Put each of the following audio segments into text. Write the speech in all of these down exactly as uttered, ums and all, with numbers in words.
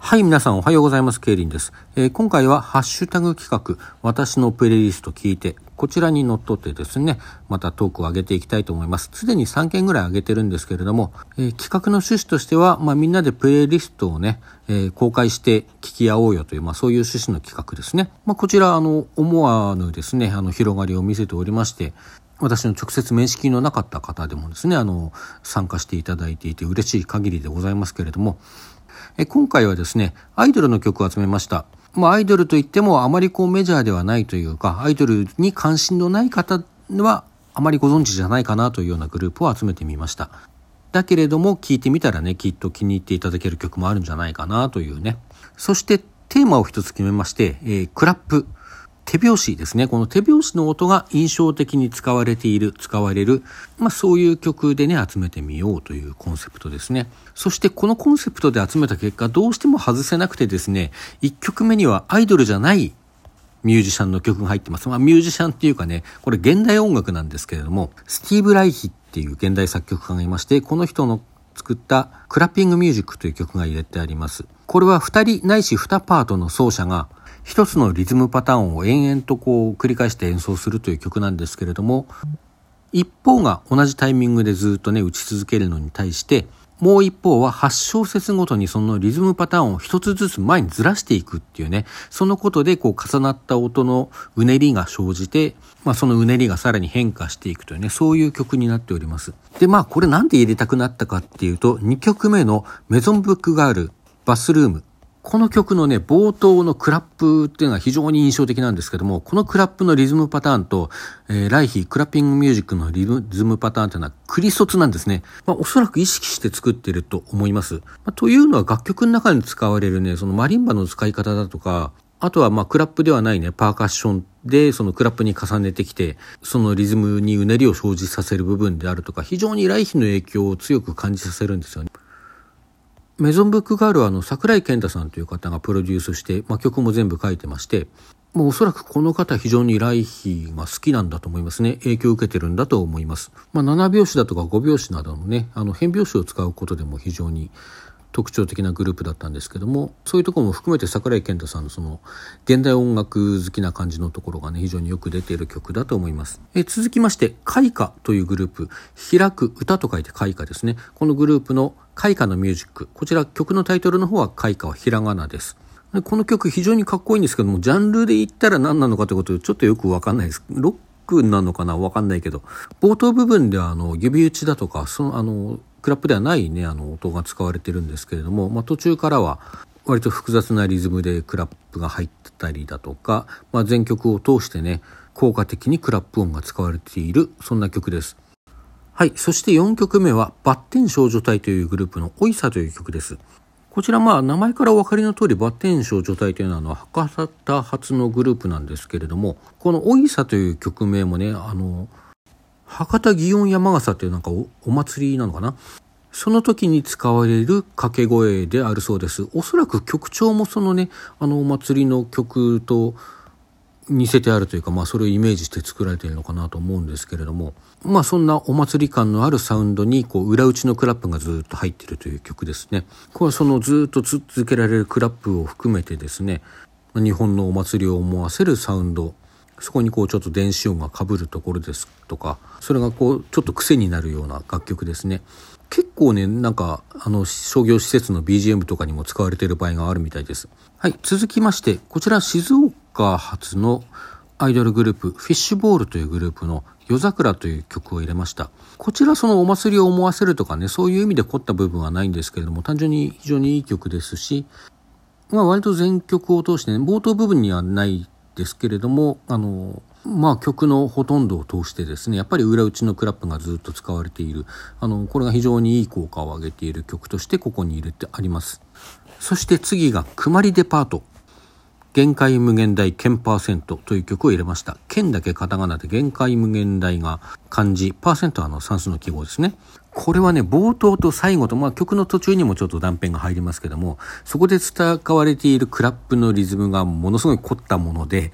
はい、皆さんおはようございます。ケイリンです。えー、今回はハッシュタグ企画、私のプレイリスト聞いて、こちらにのっとってですね、またトークを上げていきたいと思います。すでにさんけんぐらい上げてるんですけれども、えー、企画の趣旨としては、まあみんなでプレイリストをね、えー、公開して聞き合おうよという、まあそういう趣旨の企画ですね。まあこちら、あの、思わぬですね、あの、広がりを見せておりまして、私の直接面識のなかった方でもですね、あの、参加していただいていて嬉しい限りでございますけれども、え今回はですね、アイドルの曲を集めました。まあ、アイドルといってもあまりこうメジャーではないというか、アイドルに関心のない方はあまりご存知じゃないかなというようなグループを集めてみました。だけれども聴いてみたらね、きっと気に入っていただける曲もあるんじゃないかなというね。そしてテーマを一つ決めまして、えー、クラップ。手拍子ですね。この手拍子の音が印象的に使われている、使われる、まあそういう曲でね、集めてみようというコンセプトですね。そしてこのコンセプトで集めた結果、どうしても外せなくてですね、いっきょくめにはアイドルじゃないミュージシャンの曲が入ってます。まあミュージシャンっていうかね、これ現代音楽なんですけれども、スティーブ・ライヒっていう現代作曲家がいまして、この人の作ったクラッピングミュージックという曲が入れてあります。これはふたりないしにパートの奏者が一つのリズムパターンを延々とこう繰り返して演奏するという曲なんですけれども、一方が同じタイミングでずっとね打ち続けるのに対して、もう一方ははちしょうせつごとにそのリズムパターンを一つずつ前にずらしていくっていうね、そのことでこう重なった音のうねりが生じて、まあそのうねりがさらに変化していくというね、そういう曲になっております。で、まあこれなんで入れたくなったかっていうと、にきょくめのメゾンブックガール、バスルーム。この曲のね、冒頭のクラップっていうのが非常に印象的なんですけども、このクラップのリズムパターンと、えー、ライヒクラッピングミュージックのリズムパターンっていうのはクリソツなんですね。まあ、おそらく意識して作っていると思います。まあ、というのは楽曲の中に使われるね、そのマリンバの使い方だとか、あとはまあクラップではないね、パーカッションでそのクラップに重ねてきて、そのリズムにうねりを生じさせる部分であるとか、非常にライヒの影響を強く感じさせるんですよね。メゾンブックガールはあの桜井健太さんという方がプロデュースして、まあ、曲も全部書いてまして、もうおそらくこの方非常にライヒが好きなんだと思いますね。影響を受けてるんだと思います。まあ、ななびょうしだとかごびょうしなどのね、あの変拍子を使うことでも非常に特徴的なグループだったんですけども、そういうところも含めて桜井健太さんのその現代音楽好きな感じのところがね、非常によく出ている曲だと思います。え続きまして開花というグループ、開く歌と書いて開花ですね。このグループの開花のミュージック、こちら曲のタイトルの方は開花はひらがなです。でこの曲非常にかっこいいんですけども、ジャンルで言ったら何なのかということでちょっとよくわかんないです。ロックなのかなわかんないけど、冒頭部分ではあの指打ちだとか、そのあのクラップではないね、あの音が使われてるんですけれども、まあ、途中からは割と複雑なリズムでクラップが入ってたりだとか、まあ、全曲を通してね、効果的にクラップ音が使われている、そんな曲です。はい、そしてよんきょくめはバッテン少女隊というグループのおいさという曲です。こちらまあ名前からお分かりの通り、バッテン少女隊というのは博多発のグループなんですけれども、このおいさという曲名もね、あの博多祇園山笠っていうなんか お, お祭りなのかな、その時に使われる掛け声であるそうです。おそらく曲調もそのね、あのお祭りの曲と似せてあるというか、まあそれをイメージして作られているのかなと思うんですけれども、まあそんなお祭り感のあるサウンドにこう裏打ちのクラップがずっと入っているという曲ですね。これはそのずっと続けられるクラップを含めてですね、日本のお祭りを思わせるサウンド、そこにこうちょっと電子音が被るところですとか、それがこうちょっと癖になるような楽曲ですね。結構ね、なんかあの商業施設の ビージーエム とかにも使われている場合があるみたいです。はい、続きましてこちら静岡発のアイドルグループフィッシュボールというグループの夜桜という曲を入れました。こちらそのお祭りを思わせるとかね、そういう意味で凝った部分はないんですけれども、単純に非常にいい曲ですし、まあ割と全曲を通してね、冒頭部分にはないですけれども、あのまあ曲のほとんどを通してですね、やっぱり裏打ちのクラップがずっと使われている、あのこれが非常にいい効果を上げている曲としてここに入れてあります。そして次がくまりデパート、限界無限大ケンパーセントという曲を入れました。ケンだけカタカナで限界無限大が漢字、パーセントはあの算数の記号ですね。これはね、冒頭と最後と、まあ曲の途中にもちょっと断片が入りますけども、そこで使われているクラップのリズムがものすごい凝ったもので、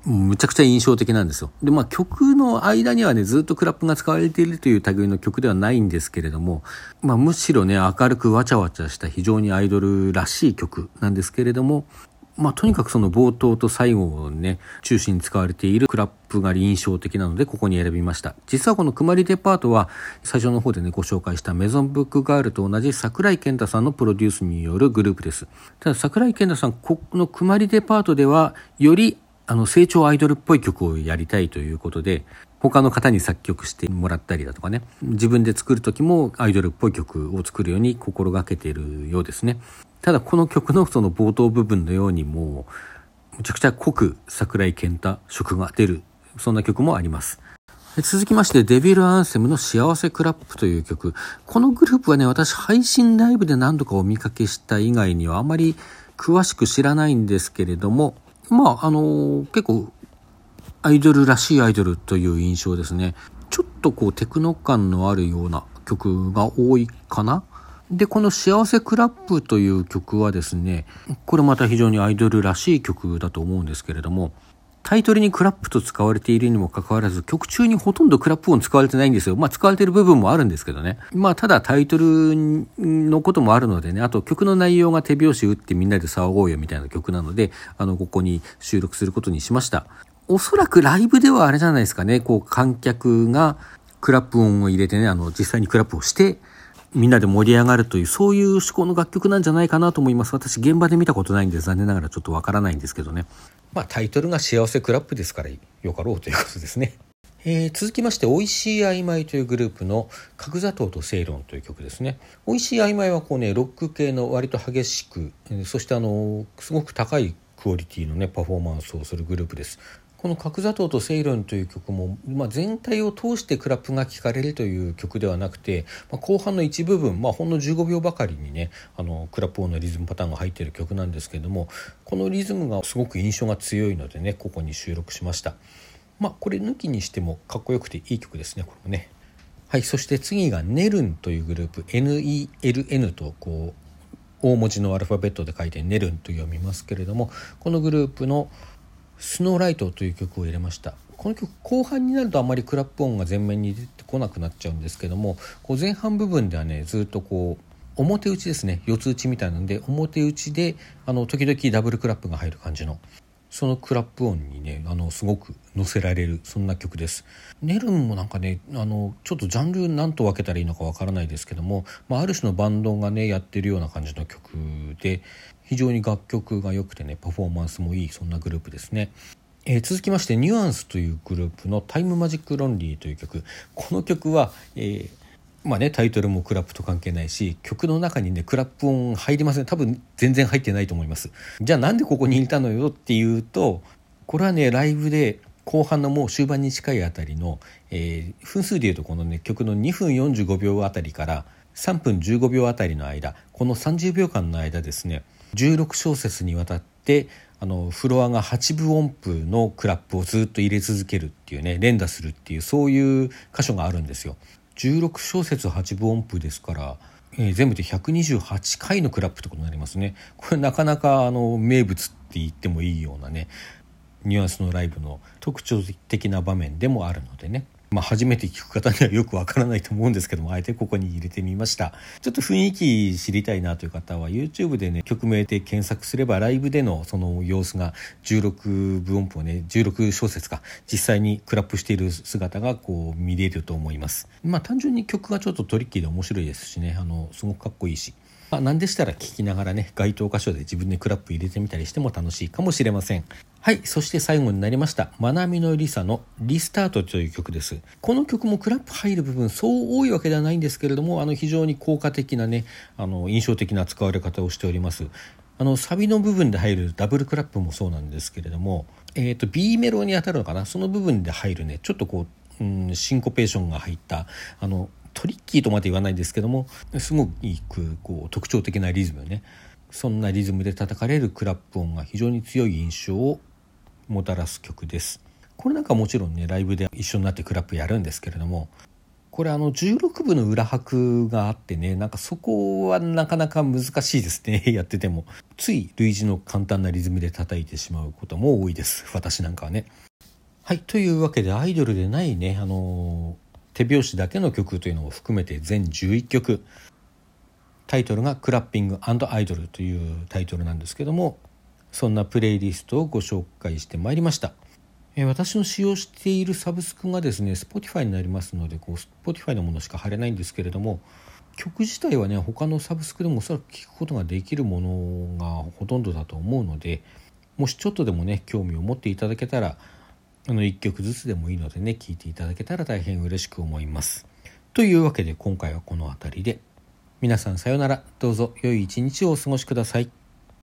むちゃくちゃ印象的なんですよ。で、まあ曲の間にはね、ずっとクラップが使われているという類の曲ではないんですけれども、まあむしろね、明るくわちゃわちゃした非常にアイドルらしい曲なんですけれども、まあとにかくその冒頭と最後をね、中心に使われているクラップが印象的なので、ここに選びました。実はこのくまりデパートは、最初の方でね、ご紹介したメゾンブックガールと同じ桜井健太さんのプロデュースによるグループです。ただ桜井健太さん、このくまりデパートでは、よりあの成長アイドルっぽい曲をやりたいということで、他の方に作曲してもらったりだとかね、自分で作る時もアイドルっぽい曲を作るように心がけているようですね。ただこの曲のその冒頭部分のようにもうむちゃくちゃ濃く桜井健太色が出る、そんな曲もあります。続きましてデビルアンセムの幸せクラップという曲。このグループはね、私配信ライブで何度かお見かけした以外にはあまり詳しく知らないんですけれども、まああの結構アイドルらしいアイドルという印象ですね。ちょっとこうテクノ感のあるような曲が多いかな。で、この幸せクラップという曲はですね、これまた非常にアイドルらしい曲だと思うんですけれども、タイトルにクラップと使われているにもかかわらず、曲中にほとんどクラップ音使われてないんですよ。まあ使われている部分もあるんですけどね。まあただタイトルのこともあるのでね、あと曲の内容が手拍子打ってみんなで騒ごうよみたいな曲なので、あの、ここに収録することにしました。おそらくライブではあれじゃないですかね、こう観客がクラップ音を入れてね、あの、実際にクラップをして、みんなで盛り上がるという、そういう趣向の楽曲なんじゃないかなと思います。私現場で見たことないんで残念ながらちょっとわからないんですけどね。まあタイトルが幸せクラップですからよかろうということですね。えー、続きましておいしい曖昧というグループの角砂糖と正論という曲ですね。おいしい曖昧はこうね、ロック系の割と激しく、そしてあのすごく高いクオリティのねパフォーマンスをするグループです。この角砂糖とセイロンという曲も、まあ、全体を通してクラップが聴かれるという曲ではなくて、まあ、後半の一部分、まあ、ほんのじゅうごびょうばかりにね、あのクラップ音のリズムパターンが入っている曲なんですけれども、このリズムがすごく印象が強いのでね、ここに収録しました。まあこれ抜きにしてもかっこよくていい曲ですね、これもね。はい、そして次がネルンというグループ、 エヌイーエルエヌ とこう大文字のアルファベットで書いてネルンと読みますけれども、このグループのスノーライトという曲を入れました。この曲後半になるとあまりクラップ音が前面に出てこなくなっちゃうんですけども、こう前半部分ではね、ずっとこう表打ちですね、四つ打ちみたいなので表打ちであの時々ダブルクラップが入る感じの、そのクラップ音にね、あのすごく乗せられる、そんな曲です。ネルンもなんかね、あのちょっとジャンル何と分けたらいいのかわからないですけども、まあ、ある種のバンドがねやってるような感じの曲で、非常に楽曲が良くてね、パフォーマンスもいい、そんなグループですね。えー、続きましてニュアンスというグループのタイムマジックロンリーという曲。この曲は、えーまあね、タイトルもクラップと関係ないし、曲の中にねクラップ音入りません。多分全然入ってないと思います。じゃあなんでここに入れたのよっていうと、これはねライブで後半のもう終盤に近いあたりの、えー、分数でいうとこのね曲のにふんよんじゅうごびょうあたりからさんぷんじゅうごびょうあたりの間、このさんじゅうびょうかんの間ですね、じゅうろくしょうせつにわたってあのフロアがはちぶ音符のクラップをずっと入れ続けるっていうね、連打するっていう、そういう箇所があるんですよ。じゅうろくしょうせつはちぶ音符ですから、えー、全部でひゃくにじゅうはちかいのクラップってことになりますね。これなかなかあの名物って言ってもいいようなね、ニュアンスのライブの特徴的な場面でもあるのでね、まあ、初めて聞く方にはよくわからないと思うんですけども、あえてここに入れてみました。ちょっと雰囲気知りたいなという方は YouTube でね、曲名で検索すればライブでのその様子がじゅうろくぶ音符をね、じゅうろくしょうせつか実際にクラップしている姿がこう見れると思います。まあ単純に曲がちょっとトリッキーで面白いですしね、あのすごくかっこいいし、まあ、なんでしたら聞きながらね、該当箇所で自分でクラップ入れてみたりしても楽しいかもしれません。はい、そして最後になりましたまなみのりさのリスタートという曲です。この曲もクラップ入る部分そう多いわけではないんですけれども、あの非常に効果的なね、あの印象的な使われ方をしております。あのサビの部分で入るダブルクラップもそうなんですけれども、えーと B メロに当たるのかな、その部分で入るね、ちょっとこう、うん、シンコペーションが入ったあのトリッキーとまで言わないんですけども、すごくこう特徴的なリズムね、そんなリズムで叩かれるクラップ音が非常に強い印象をもたらす曲です。これなんかもちろんねライブで一緒になってクラップやるんですけれども、 これあのじゅうろくぶの裏拍があってね、なんかそこはなかなか難しいですねやっててもつい類似の簡単なリズムで叩いてしまうことも多いです、私なんかはね。はい、というわけでアイドルでないね、あの手拍子だけの曲というのを含めて全じゅういっきょく、タイトルがクラッピング&アイドルというタイトルなんですけども、そんなプレイリストをご紹介してまいりました。えー、私の使用しているサブスクがですね Spotify になりますので、こう Spotify のものしか貼れないんですけれども、曲自体はね他のサブスクでもおそらく聴くことができるものがほとんどだと思うので、もしちょっとでもね興味を持っていただけたら、あのいっきょくずつでもいいのでね聴いていただけたら大変嬉しく思います。というわけで今回はこの辺りで、皆さんさようなら。どうぞ良い一日をお過ごしください。